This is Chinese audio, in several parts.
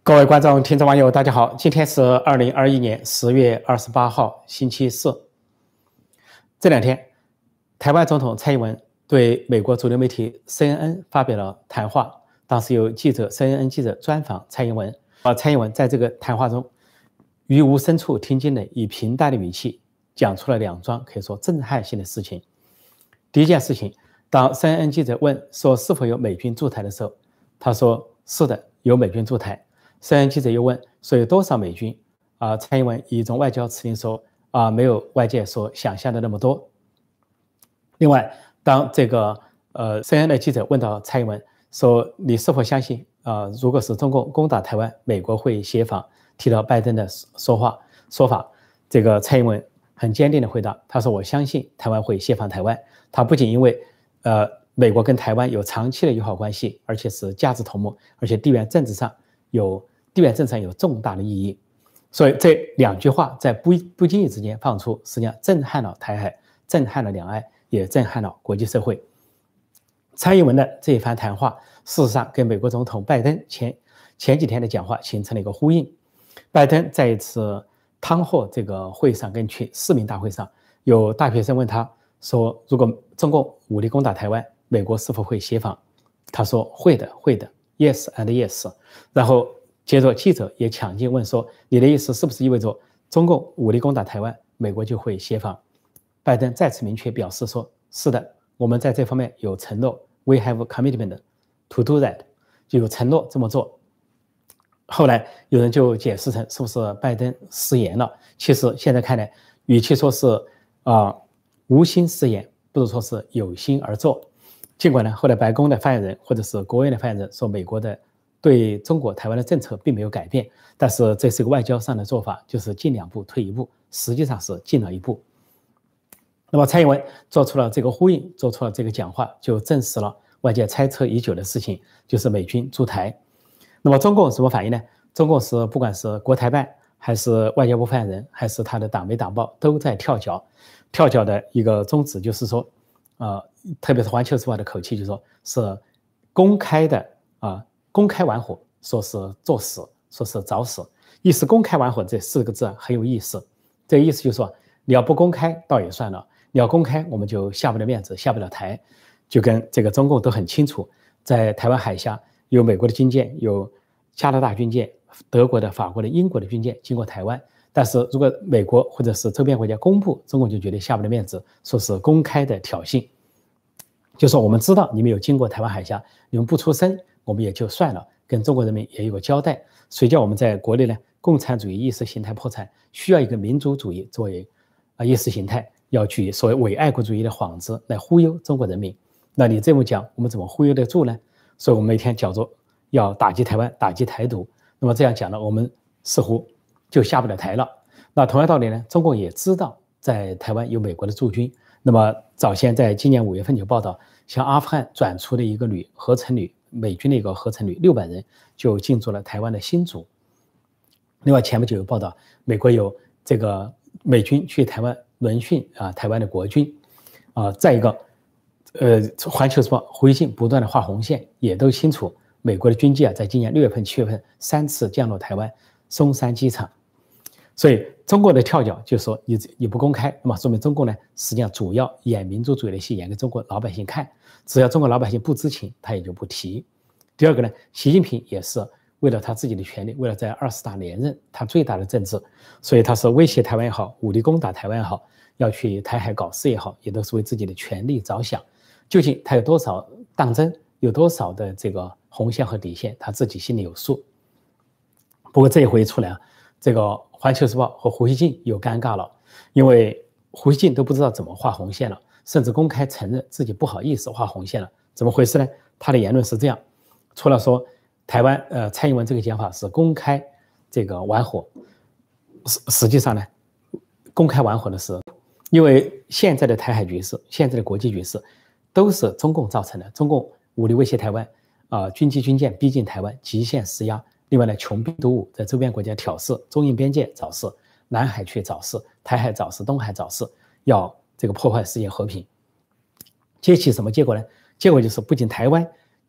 各位观众、听众、网友，大家好！今天是2021年10月28号，星期四。这两天，台湾总统蔡英文对美国主流媒体 CNN 发表了谈话。当时有CNN 记者专访蔡英文，蔡英文在这个谈话中，于无声处听惊的以平淡的语气讲出了两桩可以说震撼性的事情。第一件事情，当 CNN 记者问说是否有美军驻台的时候，他说是的，有美军驻台。CNN 记者又问说有多少美军？蔡英文以一种外交辞令说没有外界所想象的那么多。另外，当这个CNN 的记者问到蔡英文说你是否相信如果是中共攻打台湾，美国会协防？提到拜登的说法，这个蔡英文很坚定的回答，他说我相信台湾会协防台湾。他不仅因为美国跟台湾有长期的友好关系，而且是价值同盟，而且地缘政治上有重大的意义。所以这两句话在不经意之间放出，实际上震撼了台海，震撼了两岸，也震撼了国际社会。蔡英文的这一番谈话，事实上跟美国总统拜登前几天的讲话形成了一个呼应。拜登在一次汤霍这个会上，跟市民大会上，有大学生问他说，如果中共武力攻打台湾，美国是否会协防？他说会的 ，yes and yes。然后接着记者也抢进问说，你的意思是不是意味着中共武力攻打台湾，美国就会协防？拜登再次明确表示说，是的，我们在这方面有承诺 ，we have a commitment to do that， 就有承诺这么做。后来有人就解释成是不是拜登失言了？其实现在看来，与其说是无心失言，不如说是有心而做。尽管呢，后来白宫的发言人或者是国务院的发言人说，美国的对中国台湾的政策并没有改变，但是这是个外交上的做法，就是进两步退一步，实际上是进了一步。那么蔡英文做出了这个呼应，做出了这个讲话，就证实了外界猜测已久的事情，就是美军驻台。那么中共什么反应呢？中共是不管是国台办，还是外交部发言人，还是他的党媒党报，都在跳脚。跳脚的一个宗旨就是说，特别是环球时报的口气，就是说是公开的公开玩火，说是作死，说是找死。意思公开玩火这4个字很有意思。这个意思就是说，你要不公开倒也算了，你要公开我们就下不了面子，下不了台。就跟这个中共都很清楚，在台湾海峡有美国的军舰，有加拿大军舰，德国的、法国的、英国的军舰经过台湾。但是如果美国或者是周边国家公布，中共就觉得下不了面子，说是公开的挑衅，就说我们知道你们有经过台湾海峡，你们不出声，我们也就算了，跟中国人民也有个交代。谁叫我们在国内呢？共产主义意识形态破产，需要一个民族主义作为意识形态，要举所谓伪爱国主义的幌子来忽悠中国人民。那你这么讲，我们怎么忽悠得住呢？所以我们每天讲着要打击台湾，打击台独。那么这样讲了，我们似乎就下不了台了。那同样道理呢，中共也知道在台湾有美国的驻军。那么早先在今年5月份就报道，向阿富汗转出的一个合成旅，美军的一个合成旅600人就进驻了台湾的新竹。另外前不久有报道，美国有这个美军去台湾轮训台湾的国军再一个环球时报胡锡进不断的画红线，也都清楚美国的军机在今年6月份、7月份3次降落台湾松山机场。所以中国的跳脚就说你不公开，那么说明中共呢实际上主要演民族主义的戏，演给中国老百姓看。只要中国老百姓不知情，他也就不提。第二个呢，习近平也是为了他自己的权利，为了在20大连任，他最大的政治，所以他是威胁台湾也好，武力攻打台湾也好，要去台海搞事也好，也都是为自己的权利着想。究竟他有多少当真，有多少的这个红线和底线，他自己心里有数。不过这一回出来这个环球时报和胡锡进又尴尬了，因为胡锡进都不知道怎么画红线了，甚至公开承认自己不好意思画红线了。怎么回事呢？他的言论是这样，除了说台湾蔡英文这个讲法是公开这个玩火，实际上呢，公开玩火的是因为现在的台海局势，现在的国际局势都是中共造成的。中共武力威胁台湾军机军舰逼近台湾，极限施压。另外呢，穷兵黩武，在周边国家挑事，中印边界找事，南海去找事，台海找事，东海找事，要这个破坏世界和平。结起什么结果呢？结果就是不仅台湾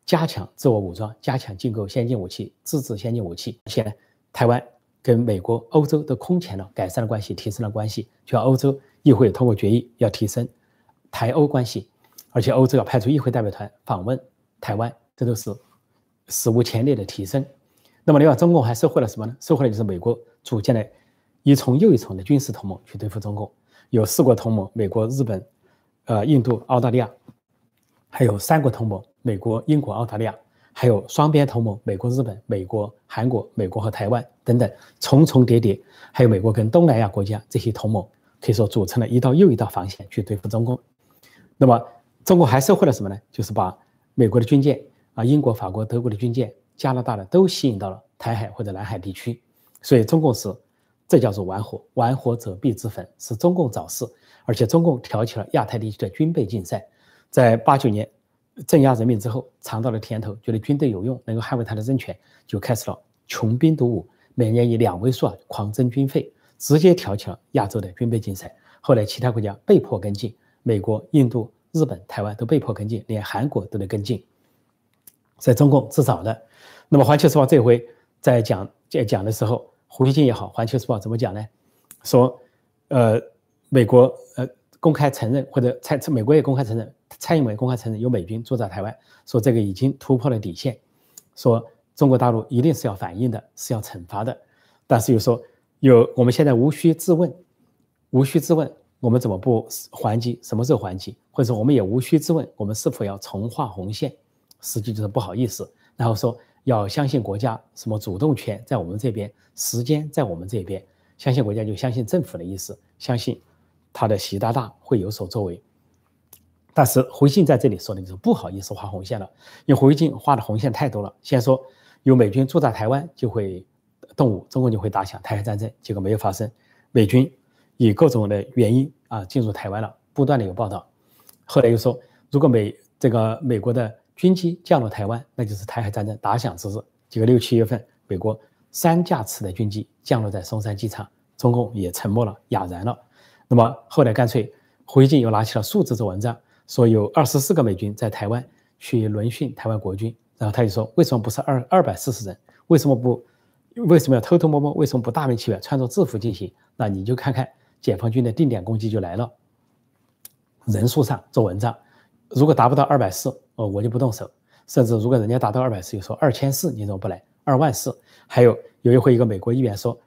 加强自我武装，加强进购先进武器，自制先进武器。而且呢，台湾跟美国、欧洲都空前了，改善了关系，提升了关系。就像欧洲议会通过决议要提升台欧关系，而且欧洲要派出议会代表团访问台湾，这都是史无前例的提升。那么另外，中共还收获了什么呢？收获的就是美国组建了一重又一重的军事同盟去对付中共，有4国同盟：美国、日本、印度、澳大利亚，还有3国同盟：美国、英国、澳大利亚，还有双边同盟：美国、日本、美国、韩国、美国和台湾等等，重重叠叠，还有美国跟东南亚国家这些同盟，可以说组成了一道又一道防线去对付中共。那么中国还收获了什么呢？就是把美国的军舰英国、法国、德国的军舰，加拿大的都吸引到了台海或者南海地区，所以中共这叫做玩火，玩火者必自焚，是中共找事，而且中共挑起了亚太地区的军备竞赛，在89年镇压人民之后，尝到了甜头，觉得军队有用，能够捍卫他的政权，就开始了穷兵黩武，每年以2位数狂增军费，直接挑起了亚洲的军备竞赛。后来其他国家被迫跟进，美国、印度、日本、台湾都被迫跟进，连韩国都得跟进，在中共自找的。那么《环球时报》这回在讲的时候，胡锡进也好，《环球时报》怎么讲呢？说，美国公开承认，或者美国也公开承认，蔡英文公开承认有美军驻扎台湾，说这个已经突破了底线，说中国大陆一定是要反应的，是要惩罚的。但是又说我们现在无需自问，我们怎么不还击？什么时候还击？或者说我们也无需自问，我们是否要重划红线？实际就是不好意思。然后说要相信国家，什么主动权在我们这边，时间在我们这边。相信国家就相信政府的意思，相信他的习大大会有所作为。但是胡锡进在这里说的就是不好意思划红线了，因为胡锡进划的红线太多了。先说有美军驻扎台湾就会动武，中共就会打响台海战争，结果没有发生。美军以各种的原因进入台湾了，不断的有报道。后来又说，如果美国的军机降落台湾，那就是台海战争打响之日。结果6、7月份，美国3架次的军机降落在松山机场，中共也沉默了，哑然了。那么后来干脆胡锡进又拿起了数字做文章，说有24个美军在台湾去轮训台湾国军，然后他就说为什么不是240人？为什么要偷偷摸摸？为什么不大明其远穿着制服进行？那你就看看解放军的定点攻击就来了。人数上做文章，如果达不到240，我就不动手。甚至如果人家达到240，又说2400，你怎么不来？24000。还有一回一个美国议员说，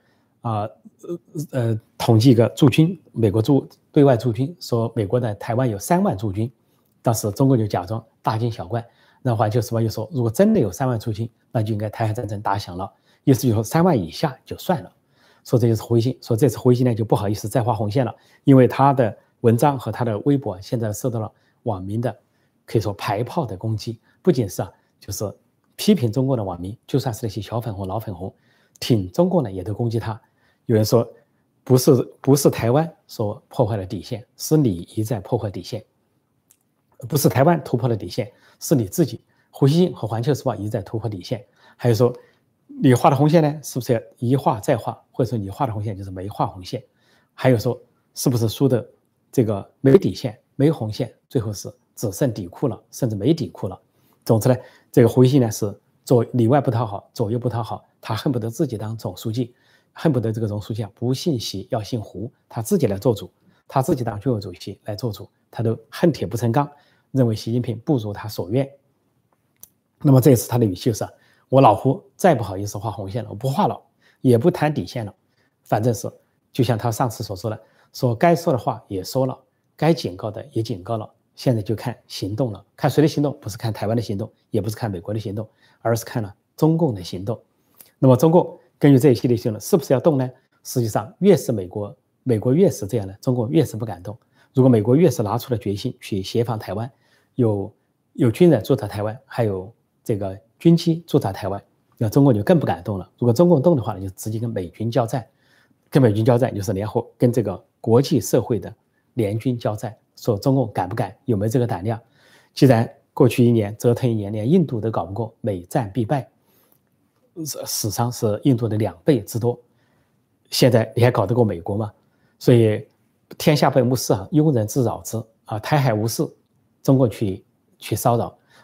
统计一个驻军，美国对外驻军，说美国的台湾有3万驻军，当时中国就假装大惊小怪。然后环球时报又说，如果真的有3万驻军，那就应该台海战争打响了。意思就是说3万以下就算了。说这就是胡锡进，说这次胡锡进呢就不好意思再画红线了，因为他的文章和他的微博现在受到了网民的可以说排炮的攻击，不仅是就是批评中共的网民，就算是那些小粉红、老粉红，挺中共的也都攻击他。有人说不是台湾所破坏了底线，是你一再破坏底线，不是台湾突破了底线，是你自己胡锡进和环球时报一再突破底线。还有说你画的红线呢，是不是一画再画，或者说你画的红线就是没画红线？还有说是不是输的这个没底线、没红线，最后是只剩底裤了，甚至没底裤了。总之呢，这个胡锡进呢是里外不讨好，左右不讨好，他恨不得自己当总书记，恨不得这个总书记不姓习要姓胡，他自己来做主，他自己当军委主席来做主，他都恨铁不成钢，认为习近平不如他所愿。那么这次他的语气是，我老胡再不好意思画红线了，我不画了，也不谈底线了，反正是就像他上次所说的，说该说的话也说了，该警告的也警告了，现在就看行动了。看谁的行动？不是看台湾的行动，也不是看美国的行动，而是看了中共的行动。那么中共根据这一系列行动，是不是要动呢？实际上，越是美国越是这样的，中共越是不敢动。如果美国越是拿出了决心去协防台湾，有军人驻扎台湾，还有这个军机驻扎台湾，那中共就更不敢动了。如果中共动的话呢，就直接跟美军交战，就是联合跟这个国际社会的联军交战。说中共敢不敢，有没有这个胆量？既然过去1年折腾1年，连印度都搞不过，每战必败，死伤是印度的2倍之多，现在你还搞得过美国吗？所以天下本无事，庸人自扰之台海无事，中国去骚扰，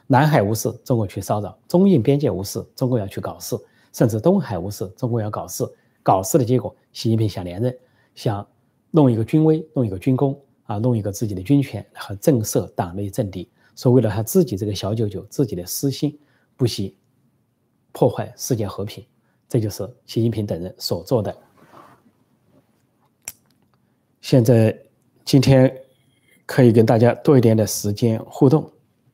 南海无事，中国去骚扰；中印边界无事，中国要去搞事；甚至东海无事，中国要搞事。搞事的结果，习近平想连任，想弄一个军威，弄一个军功啊，弄一个自己的军权和震慑党内政敌。说为了他自己这个小九九，自己的私心，不惜破坏世界和平。这就是习近平等人所做的。现在今天可以跟大家多一点的时间互动。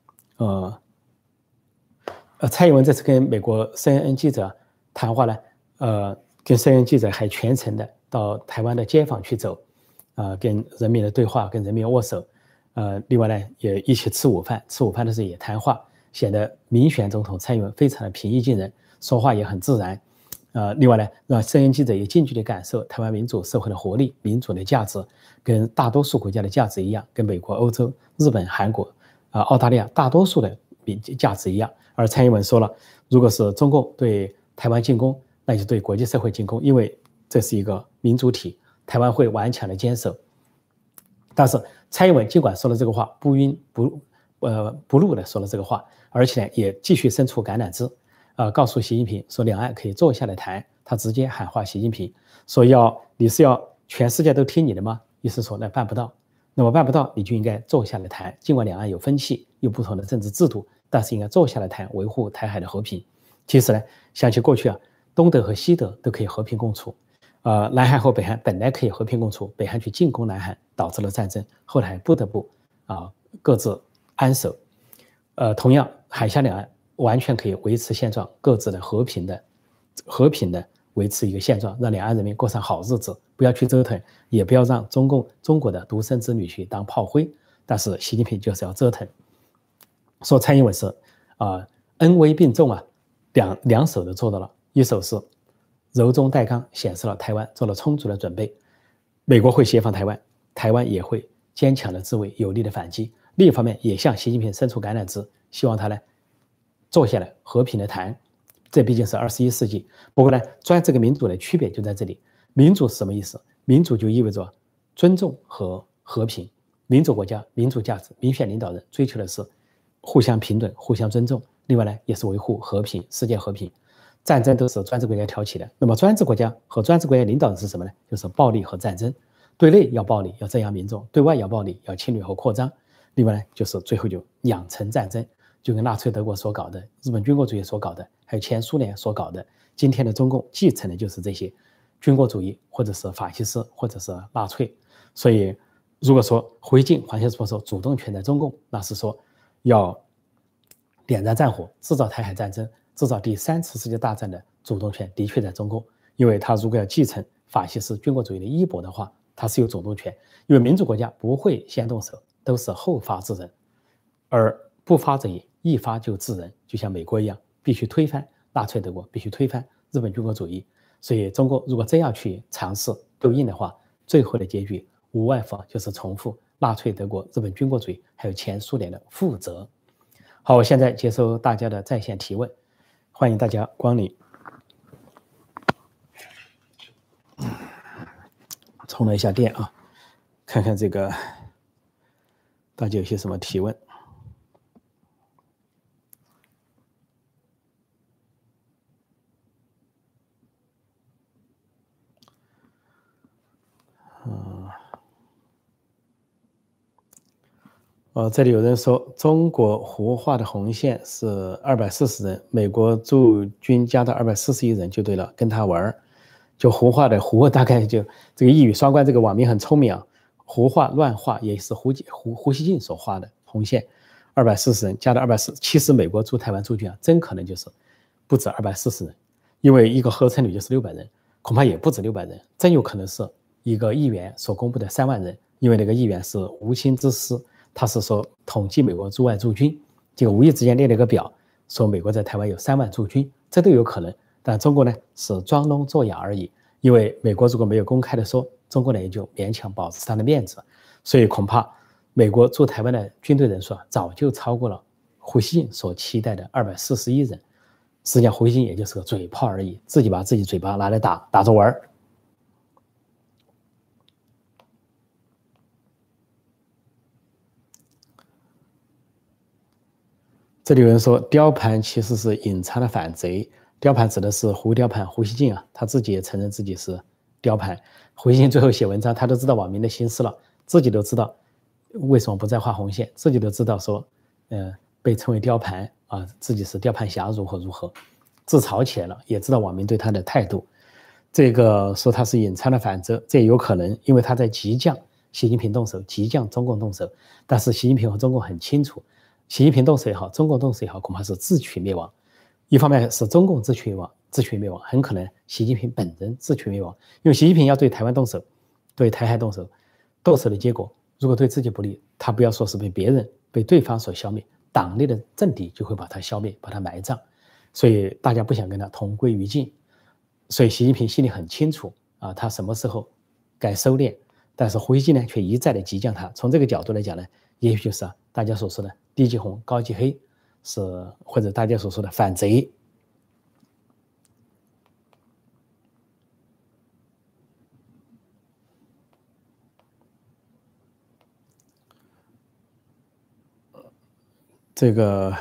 蔡英文这次跟美国 CNN 记者谈话呢，跟 CNN 记者还全程的到台湾的街坊去走，跟人民的对话，跟人民握手，另外呢也一起吃午饭，吃午饭的时候也谈话，显得民选总统蔡英文非常的平易近人，说话也很自然。另外呢，让 CNN 记者也近距离感受台湾民主社会的活力、民主的价值，跟大多数国家的价值一样，跟美国、欧洲、日本、韩国、澳大利亚大多数的价值一样。而蔡英文说了，如果是中共对台湾进攻，那就对国际社会进攻，因为这是一个民主体，台湾会顽强的坚守。但是蔡英文尽管说了这个话，不晕不怒的说了这个话，而且呢也继续伸出橄榄枝，告诉习近平说两岸可以坐下来谈。他直接喊话习近平说你是要全世界都听你的吗？意思说那办不到，那么办不到你就应该坐下来谈，尽管两岸有分歧，有不同的政治制度，但是应该坐下来谈，维护台海的和平。其实呢，想起过去东德和西德都可以和平共处，南韩和北韩本来可以和平共处，北韩去进攻南韩，导致了战争，后来不得不各自安守。同样，海峡两岸完全可以维持现状，各自的和平的维持一个现状，让两岸人民过上好日子，不要去折腾，也不要让中国的独生子女去当炮灰。但是习近平就是要折腾，说蔡英文是恩威并重两手都做到了。一手是柔中带刚，显示了台湾做了充足的准备，美国会协防台湾，台湾也会坚强的自卫，有力的反击。另一方面也向习近平伸出橄榄枝，希望他呢坐下来和平的谈。这毕竟是21世纪。不过呢，这个民主的区别就在这里。民主是什么意思？民主就意味着尊重和和平。民主国家、民主价值、民选领导人追求的是互相平等、互相尊重。另外呢，也是维护和平、世界和平。战争都是专制国家挑起的。那么专制国家和专制国家领导人是什么呢？就是暴力和战争。对内要暴力，要镇压民众；对外要暴力，要侵略和扩张。另外呢，就是最后就养成战争。就跟纳粹德国所搞的、日本军国主义所搞的，还有前苏联所搞的，今天的中共继承的就是这些军国主义，或者是法西斯，或者是纳粹。所以，如果说回敬黄先生说主动权在中共，那是说要点燃战火，制造台海战争，制造第3次世界大战的主动权的确在中共，因为他如果要继承法西斯军国主义的衣钵的话，他是有主动权。因为民主国家不会先动手，都是后发制人，而不发则已，一发就制人，就像美国一样，必须推翻纳粹德国，必须推翻日本军国主义。所以中国如果真要去尝试对应的话，最后的结局无外乎就是重复纳粹德国、日本军国主义还有前苏联的覆辙。好，我现在接受大家的在线提问，欢迎大家光临。充了一下电看看这个大家有些什么提问。这里有人说中国胡化的红线是240人，美国驻军加到241人就对了，跟他玩。就胡化的胡大概就这个一语双关，这个网民很聪明胡化乱画也是胡锡进所画的红线，240人加到240，其实美国驻台湾驻军真可能就是不止240人，因为一个合成率就是600人，恐怕也不止600人，真有可能是一个议员所公布的3万人，因为那个议员是无心之失。他是说统计美国驻外驻军，这个无意之间列了个表，说美国在台湾有3万驻军，这都有可能。但中国呢是装聋作哑而已，因为美国如果没有公开的说，中国呢也就勉强保持他的面子，所以恐怕美国驻台湾的军队人数早就超过了胡锡进所期待的241人。实际上胡锡进也就是个嘴炮而已，自己把自己嘴巴拿来打着玩。 这里有人说雕盘其实是隐藏的反贼，雕盘指的是胡雕盘胡锡进啊，他自己也承认自己是雕盘。胡锡进最后写文章，他都知道网民的心思了，自己都知道为什么不再画红线，自己都知道说，被称为雕盘啊，自己是雕盘侠如何如何，自嘲起来了，也知道网民对他的态度。这个说他是隐藏的反贼，这也有可能，因为他在急降习近平动手，急降中共动手，但是习近平和中共很清楚。习近平动手也好，中共动手也好，恐怕是自取灭亡。一方面是中共自取灭亡，很可能习近平本人自取灭亡。因为习近平要对台湾动手，对台海动手，动手的结果如果对自己不利，他不要说是被别人、被对方所消灭，党内的政敌就会把他消灭，把他埋葬。所以大家不想跟他同归于尽。所以习近平心里很清楚啊，他什么时候该收敛，但是胡锡进呢却一再的激将他。从这个角度来讲呢，也许就是大家所说的低级红高级黑，是或者大家所说的反贼。这个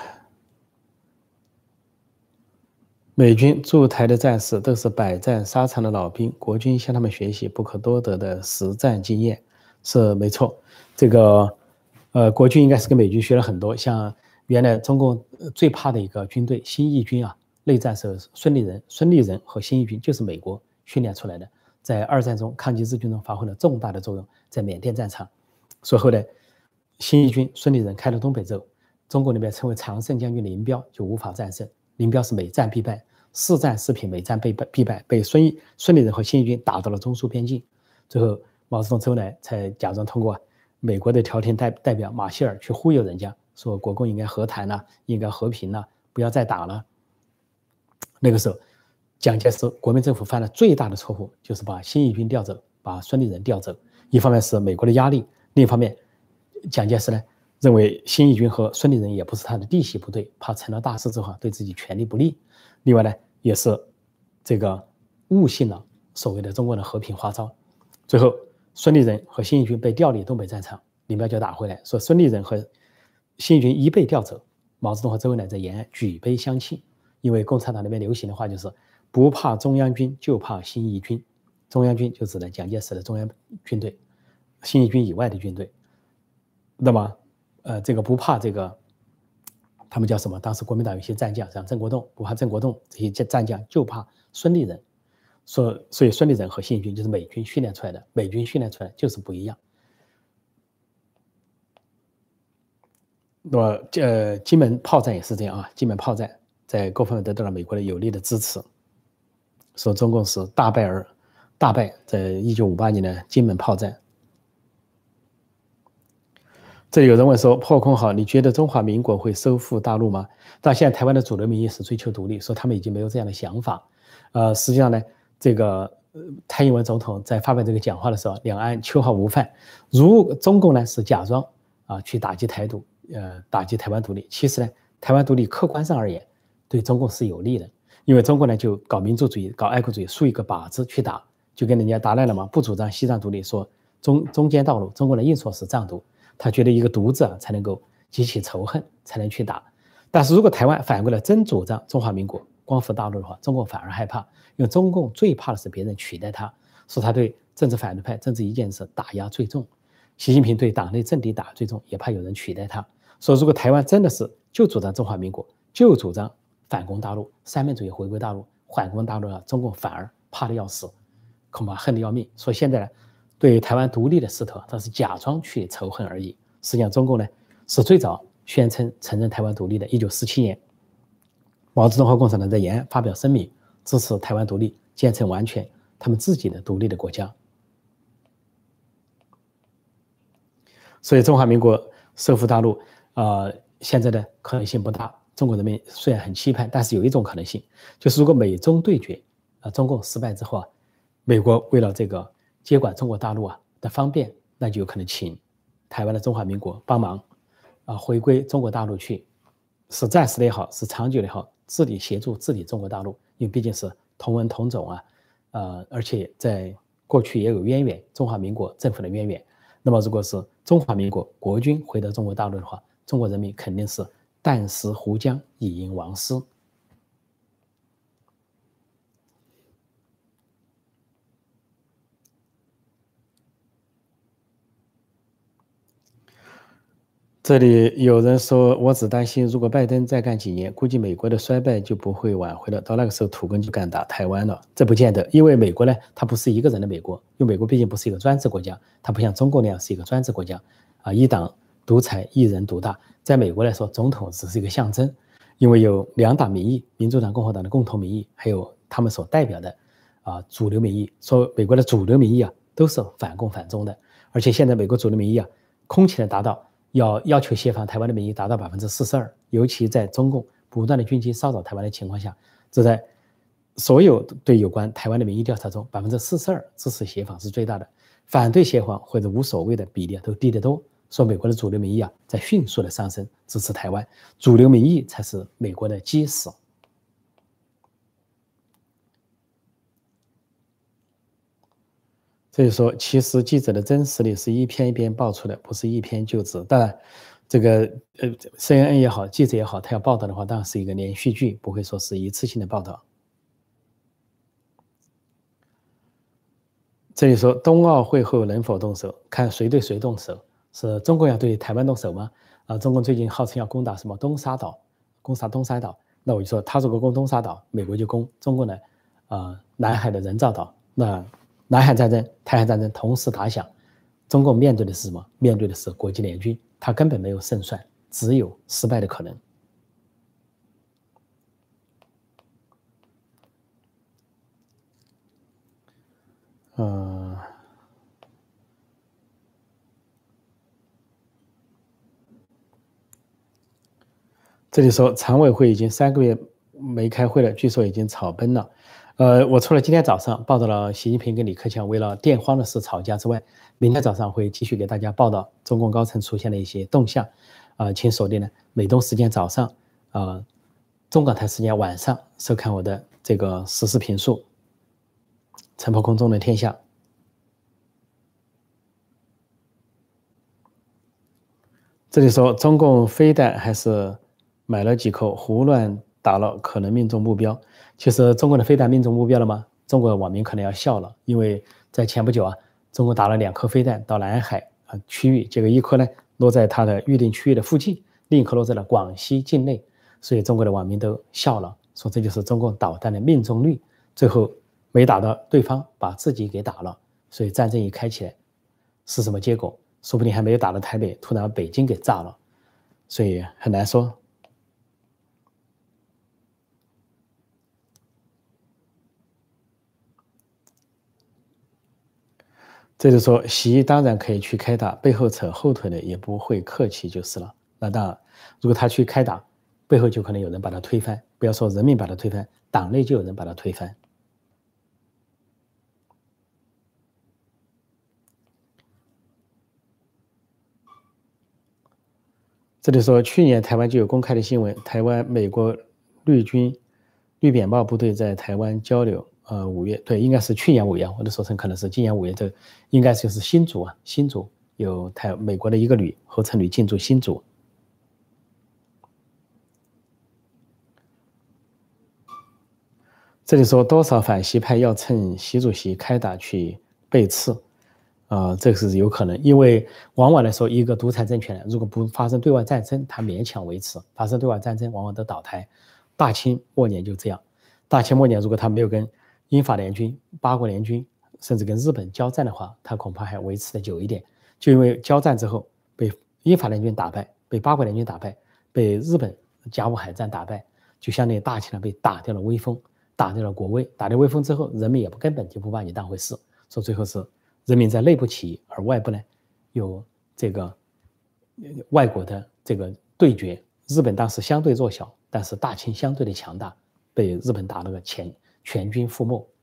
美军驻台的战士都是百战沙场的老兵，国军向他们学习不可多得的实战经验，是没错。这个国军应该是跟美军学了很多，像原来中共最怕的一个军队新一军啊，内战时候孙立人和新一军就是美国训练出来的，在二战中抗击日军中发挥了重大的作用，在缅甸战场。所以后来新一军孙立人开了东北之后，中国那边称为常胜将军林彪就无法战胜，林彪是每战必败，4战4平，每战必败，被孙立人和新一军打到了中苏边境。最后毛泽东周恩来才假装通过美国的调停代表马歇尔去忽悠人家，说国共应该和谈了，应该和平了，不要再打了。那个时候蒋介石国民政府犯了最大的错误，就是把新一军调走，把孙立人调走。一方面是美国的压力，另一方面蒋介石呢认为新一军和孙立人也不是他的嫡系部队，怕成了大事之后对自己权力不利。另外呢，也是这个误信了所谓的中国的和平花招。最后，孙立人和新一军被调离东北战场，林彪就打回来，说孙立人和新一军一被调走，毛泽东和周恩来在延安举杯相庆。因为共产党那边流行的话就是不怕中央军，就怕新一军。中央军就指的蒋介石的中央军队，新一军以外的军队。那么这个不怕这个，他们叫什么？当时国民党有些战将，像郑国栋，不怕郑国栋，这些战将就怕孙立人。所以孙立人和新一军就是美军训练出来的，美军训练出来就是不一样。那么金门炮战也是这样啊，金门炮战在各方面得到了美国的有力的支持，说中共是大败，在1958年的金门炮战。这有人问说，破空好，你觉得中华民国会收复大陆吗？但现在台湾的主流民意是追求独立，说他们已经没有这样的想法。实际上呢，这个蔡英文总统在发表这个讲话的时候，两岸秋毫无犯。如中共呢是假装去打击台独，打击台湾独立。其实呢，台湾独立客观上而言，对中共是有利的，因为中共呢就搞民族主义、搞爱国主义，竖一个靶子去打，就跟人家打来了嘛，不主张西藏独立，说中间道路，中国人硬说是藏独。他觉得一个独字才能够激起仇恨，才能去打。但是如果台湾反过来真主张中华民国光复大陆的话，中共反而害怕，因为中共最怕的是别人取代他，说他对政治反对派、政治异见者打压最重。习近平对党内政敌打最重，也怕有人取代他。所以如果台湾真的是就主张中华民国，就主张反攻大陆、三民主义回归大陆、反攻大陆啊，中共反而怕得要死，恐怕恨得要命。所以现在呢，对台湾独立的势头，他是假装去仇恨而已。实际上，中共呢是最早宣称承认台湾独立的。1947年，毛泽东和共产党在延安发表声明，支持台湾独立，建成完全他们自己的独立的国家。所以，中华民国收复大陆，现在的可能性不大。中国人民虽然很期盼，但是有一种可能性，就是如果美中对决，中共失败之后美国为了这个接管中国大陆的方便，那就有可能请台湾的中华民国帮忙回归中国大陆去，是暂时的也好，是长久的也好，协助治理中国大陆，因为毕竟是同文同种而且在过去也有渊源，中华民国政府的渊源。那么如果是中华民国国军回到中国大陆的话，中国人民肯定是旦食胡浆，以迎王师。这里有人说，我只担心如果拜登再干几年，估计美国的衰败就不会挽回了，到那个时候土共就敢打台湾了。这不见得，因为美国呢，它不是一个人的美国，因为美国毕竟不是一个专制国家，它不像中国那样是一个专制国家啊，一党独裁，一人独大。在美国来说，总统只是一个象征，因为有两党民意，民主党、共和党的共同民意，还有他们所代表的主流民意。说美国的主流民意都是反共反中的，而且现在美国主流民意空前的达到要求协防台湾的民意达到42%，尤其在中共不断的军机骚扰台湾的情况下，这在所有对有关台湾的民意调查中，42%支持协防是最大的，反对协防或者无所谓的比例都低得多。说美国的主流民意在迅速的上升，支持台湾，主流民意才是美国的基石。所以说，其实记者的真实力是一篇一篇爆出的，不是一篇就职。当然，这个CNN 也好，记者也好，他要报道的话，当然是一个连续剧，不会说是一次性的报道。这里说，冬奥会后能否动手，看谁对谁动手。是中国要对台湾动手吗？中共最近号称要攻打什么东沙岛，攻打东沙岛。那我就说，他如果攻东沙岛，美国就攻中国的南海的人造岛。那南海战争、台海战争同时打响，中共面对的是什么？面对的是国际联军，他根本没有胜算，只有失败的可能。这里说，常委会已经3个月没开会了，据说已经吵崩了。我除了今天早上报道了习近平跟李克强为了电荒的事吵架之外，明天早上会继续给大家报道中共高层出现的一些动向。请锁定呢美东时间早上，中港台时间晚上收看我的这个实时评述，陈破空中的天下。这里说，中共飞弹还是买了几口，胡乱打了，可能命中目标。其实中国的飞弹命中目标了吗？中国网民可能要笑了，因为在前不久中国打了2颗飞弹到南海区域，这个一颗呢落在它的预定区域的附近，另一颗落在了广西境内，所以中国的网民都笑了，说这就是中共导弹的命中率，最后没打到对方，把自己给打了，所以战争一开起来是什么结果？说不定还没有打到台北，突然把北京给炸了，所以很难说。这就说，习当然可以去开打，背后扯后腿的也不会客气就是了。那当然，如果他去开打，背后就可能有人把他推翻，不要说人民把他推翻，党内就有人把他推翻。这里说，去年台湾就有公开的新闻，台湾美国绿军绿扁帽部队在台湾交流。5月，对，应该是去年5月，我都说成可能是今年5月，这应该就是新竹新竹有美国的一个旅合成旅进驻新竹。这里说多少反习派要趁习主席开打去背刺，这个是有可能，因为往往来说，一个独裁政权如果不发生对外战争，它勉强维持；发生对外战争，往往都倒台。大清末年就这样，大清末年如果他没有跟英法联军、八国联军，甚至跟日本交战的话，他恐怕还维持的久一点。就因为交战之后被英法联军打败，被八国联军打败，被日本甲午海战打败，就相当于大清被打掉了威风，打掉了国威。打掉威风之后，人民也根本就不把你当回事。说最后是人民在内部起义，而外部呢有这个外国的这个对决。日本当时相对弱小，但是大清相对的强大，被日本打了个全军覆没。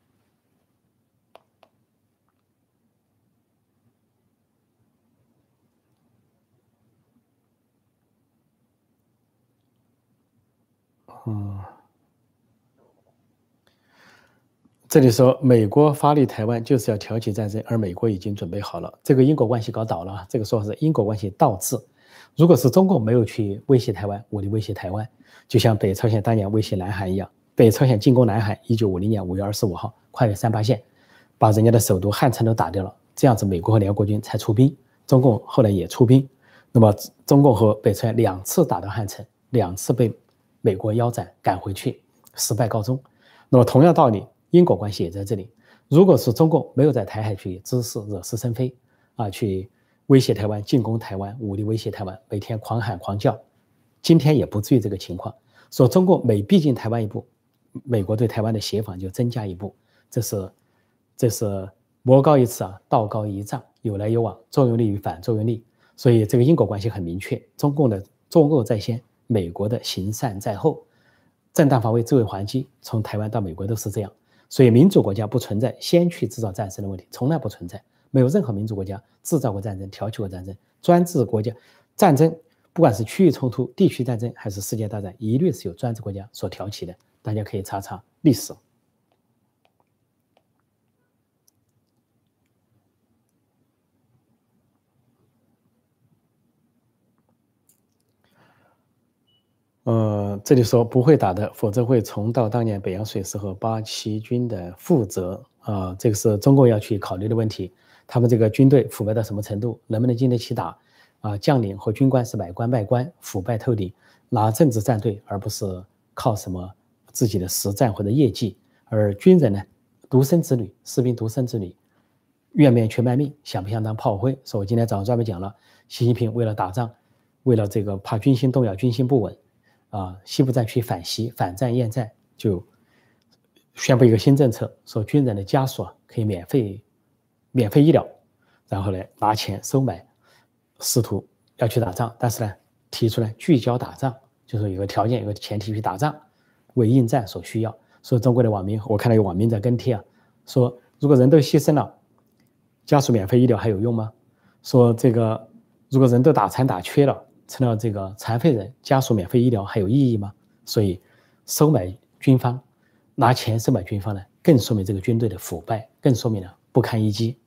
这里说美国发力台湾就是要挑起战争，而美国已经准备好了，这个因果关系搞倒了，这个说法是因果关系倒置。 如果是中共没有去威胁台湾，武力威胁台湾，就像北朝鲜当年威胁南韩一样，北朝鲜进攻南韩，1950年5月25号跨越3八线，把人家的首都汉城都打掉了，这样子美国和联合国军才出兵，中共后来也出兵，那么中共和北朝鲜2次打到汉城，2次被美国腰斩赶回去，失败告终。那么同样道理，因果关系也在这里。如果是中共没有在台海去滋事、惹是生非去威胁台湾、进攻台湾、武力威胁台湾，每天狂喊狂叫，今天也不至于这个情况。说中共每逼近台湾一步，美国对台湾的协防就增加一步，这是魔高一尺道高一丈，有来有往，作用力与反作用力，所以这个因果关系很明确。中共的作恶在先，美国的行善在后，正当防卫、自卫还击，从台湾到美国都是这样。所以民主国家不存在先去制造战争的问题，从来不存在，没有任何民主国家制造过战争、挑起过战争。专制国家战争，不管是区域冲突、地区战争还是世界大战，一律是由专制国家所挑起的。大家可以查查历史。这里说不会打的，否则会重蹈当年北洋水师和八旗军的覆辙这个是中共要去考虑的问题。他们这个军队腐败到什么程度，能不能经得起打将领和军官是买官卖官，腐败透顶，拿政治站队，而不是靠什么自己的实战或者业绩。而军人呢，独生子女，士兵独生子女，愿面却卖命，想不想当炮灰？所以我今天早上专门讲了，习近平为了打仗，为了这个怕军心动摇、军心不稳西部战区反袭、反战厌战，就宣布一个新政策，说军人的家属可以免费医疗，然后呢拿钱收买，试图要去打仗，但是呢提出来聚焦打仗，就是有个条件、有个前提去打仗，为应战所需要。所以中国的网民，我看到有网民在跟帖说如果人都牺牲了，家属免费医疗还有用吗？说这个如果人都打残打缺了，成了这个残废人，家属免费医疗还有意义吗？所以收买军方，拿钱收买军方呢，更说明这个军队的腐败，更说明了不堪一击。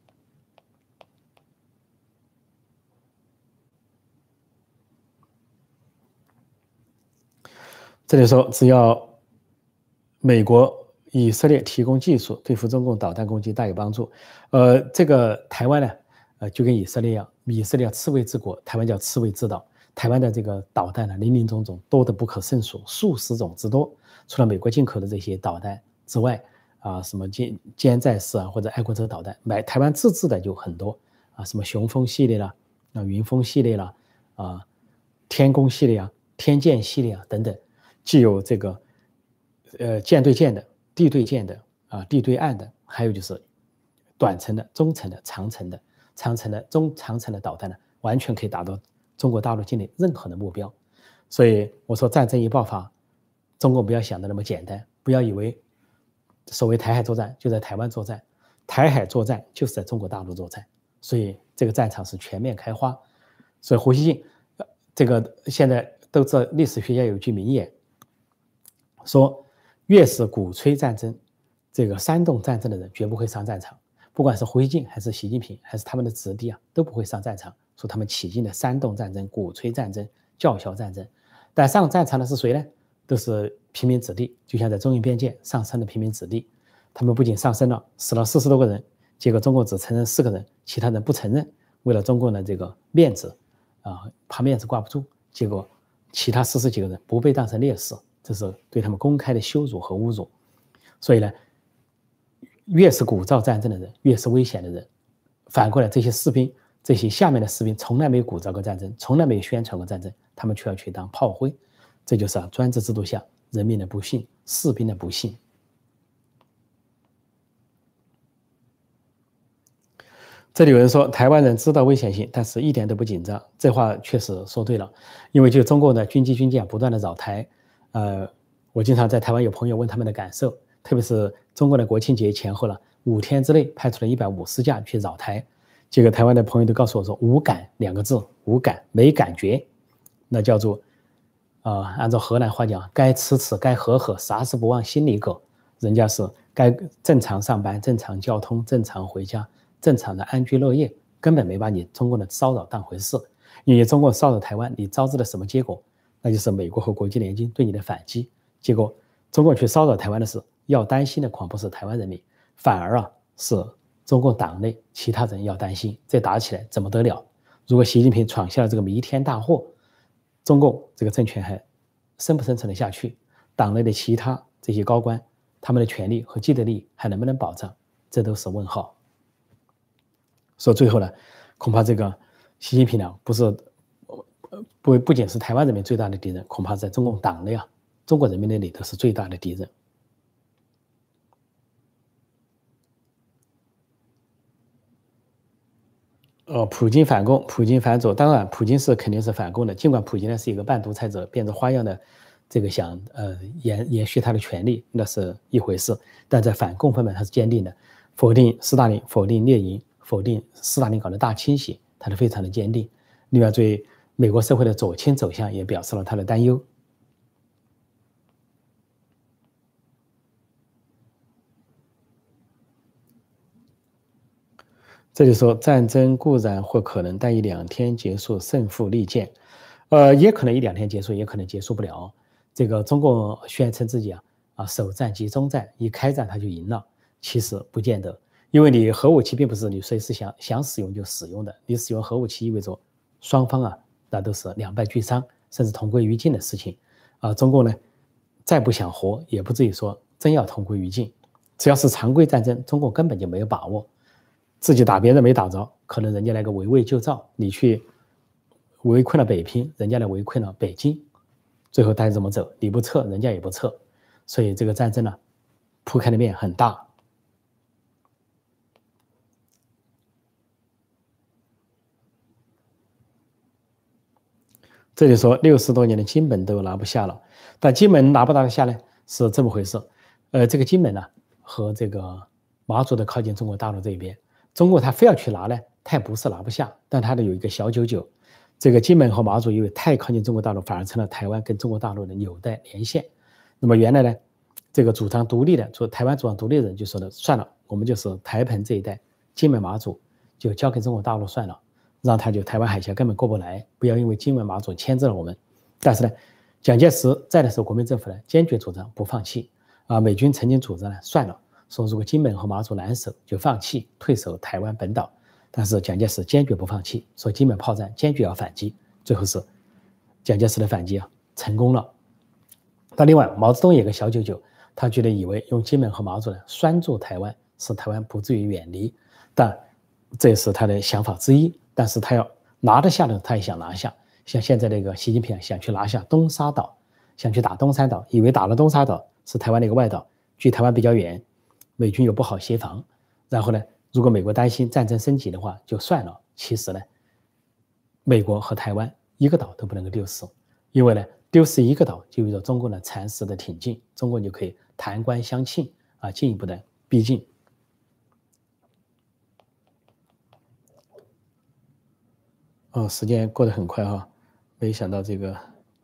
这里说只要美国、以色列提供技术，对付中共导弹攻击大有帮助。这个台湾呢，就跟以色列一样，以色列叫刺猬之国，台湾叫刺猬之岛。台湾的这个导弹呢，林林总总，多得不可胜数，数十种之多。除了美国进口的这些导弹之外，什么歼在式或者爱国者导弹，台湾自制的就很多什么雄风系列啦，云峰系列啦，天宫系列天剑系列等等，既有这个舰对舰的、地对舰的地对岸的，还有就是短程的、中程的、长程的、中长程的导弹呢，完全可以达到中国大陆境内任何的目标。所以我说战争一爆发，中共不要想的那么简单，不要以为所谓台海作战就在台湾作战，台海作战就是在中国大陆作战，所以这个战场是全面开花。所以胡锡进这个现在都知道，历史学家有句名言说，越是鼓吹战争、这个煽动战争的人，绝不会上战场。不管是胡锡进还是习近平还是他们的子弟都不会上战场。说他们起劲的煽动战争、鼓吹战争、叫嚣战争，但上战场的是谁呢？都是平民子弟，就像在中印边界上升的平民子弟，他们不仅上升了，死了40多个人，结果中国只承认4个人，其他人不承认，为了中共的这个面子怕面子挂不住，结果其他40几个人不被当成烈士，这是对他们公开的羞辱和侮辱。所以呢，越是鼓噪战争的人，越是危险的人。反过来，这些士兵，这些下面的士兵从来没有鼓噪过战争，从来没有宣传过战争，他们却要去当炮灰，这就是专制制度下人民的不幸，士兵的不幸。这里有人说台湾人知道危险性，但是一点都不紧张，这话确实说对了。因为就中共的军机军舰不断的扰台，我经常在台湾有朋友问他们的感受，特别是中国的国庆节前后了，5天之内派出了150架去扰台。这个台湾的朋友都告诉我说无感2个字，无感，没感觉，那叫做按照河南话讲，该吃吃，该喝喝，啥事不往心里搁。人家是该正常上班、正常交通、正常回家、正常的安居乐业，根本没把你中共的骚扰当回事。 因为中共骚扰台湾，你招致了什么结果？那就是美国和国际联军对你的反击。结果中共去骚扰台湾的时候，要担心的恐怕不是台湾人民，反而是中共党内其他人要担心，这打起来怎么得了？如果习近平闯下了这个弥天大祸，中共这个政权还生不生存得下去？党内的其他这些高官，他们的权利和既得利益还能不能保障？这都是问号。所以最后呢，恐怕这个习近平呢，不仅是台湾人民最大的敌人，恐怕在中共党内中国人民那里都是最大的敌人。普京反共，普京反左，当然普京肯定是反共的，尽管普京呢是一个半独裁者，变着花样的这个想延续他的权利，那是一回事，但在反共方面他是坚定的，否定斯大林，否定列宁，否定斯大林搞的大清洗，他是非常的坚定。另外对美国社会的左倾走向也表示了他的担忧。这就说战争固然或可能，但1-2天结束，胜负立见。也可能1-2天结束，也可能结束不了。这个中共宣称自己首战即终战，一开战他就赢了，其实不见得，因为你核武器并不是你随时想使用就使用的，你使用核武器意味着双方那都是两败俱伤，甚至同归于尽的事情。中共呢，再不想活，也不至于说真要同归于尽。只要是常规战争，中共根本就没有把握。自己打别人没打着，可能人家来个围魏救赵，你去围困了北平，人家来围困了北京，最后大家怎么走？你不撤，人家也不撤，所以这个战争呢，铺开的面很大。这里说60多年的金门都拿不下了，但金门拿不拿得下呢？是这么回事。这个金门呢，和这个马祖的靠近中国大陆这一边。中国他非要去拿呢，他也不是拿不下，但他的有一个小九九，这个金门和马祖因为太靠近中国大陆，反而成了台湾跟中国大陆的纽带连线。那么原来呢，这个主张独立的，台湾主张独立的人就说了，算了，我们就是台澎这一带，金门马祖就交给中国大陆算了，让他就台湾海峡根本过不来，不要因为金门马祖牵制了我们。但是呢，蒋介石在的时候，国民政府呢坚决主张不放弃美军曾经主张呢，算了。说如果金门和马祖难守，就放弃退守台湾本岛，但是蒋介石坚决不放弃，说金门炮战坚决要反击，最后是蒋介石的反击成功了。但另外毛泽东也有个小九九，他以为用金门和马祖呢拴住台湾，使台湾不至于远离，但这也是他的想法之一。但是他要拿得下的，他也想拿下，像现在这个习近平想去拿下东沙岛，想去打东山岛，以为打了东沙岛是台湾的一个外岛，距台湾比较远，美军又不好协防，然后呢，如果美国担心战争升级的话，就算了。其实呢，美国和台湾一个岛都不能够丢失，因为呢，丢失一个岛就意味着中共的蚕食的挺进，中共就可以弹冠相庆进一步的逼近。时间过得很快没想到这个。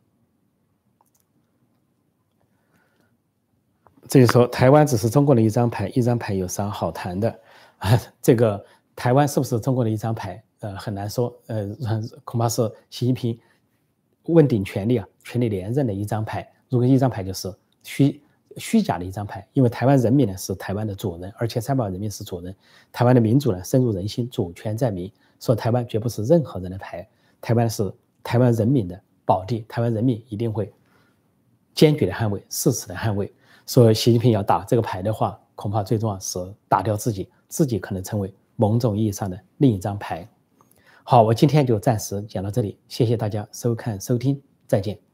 这就说台湾只是中国的一张牌，一张牌有啥好谈的这个台湾是不是中国的一张牌？很难说。恐怕是习近平问鼎权力权力连任的一张牌。如果一张牌就是虚假的一张牌，因为台湾人民呢是台湾的主人，而且300万人民是主人。台湾的民主呢深入人心，主权在民。说台湾绝不是任何人的牌，台湾是台湾人民的宝地，台湾人民一定会坚决的捍卫，誓死的捍卫。说习近平要打这个牌的话，恐怕最重要是打掉自己可能成为某种意义上的另一张牌。好，我今天就暂时讲到这里，谢谢大家收看收听，再见。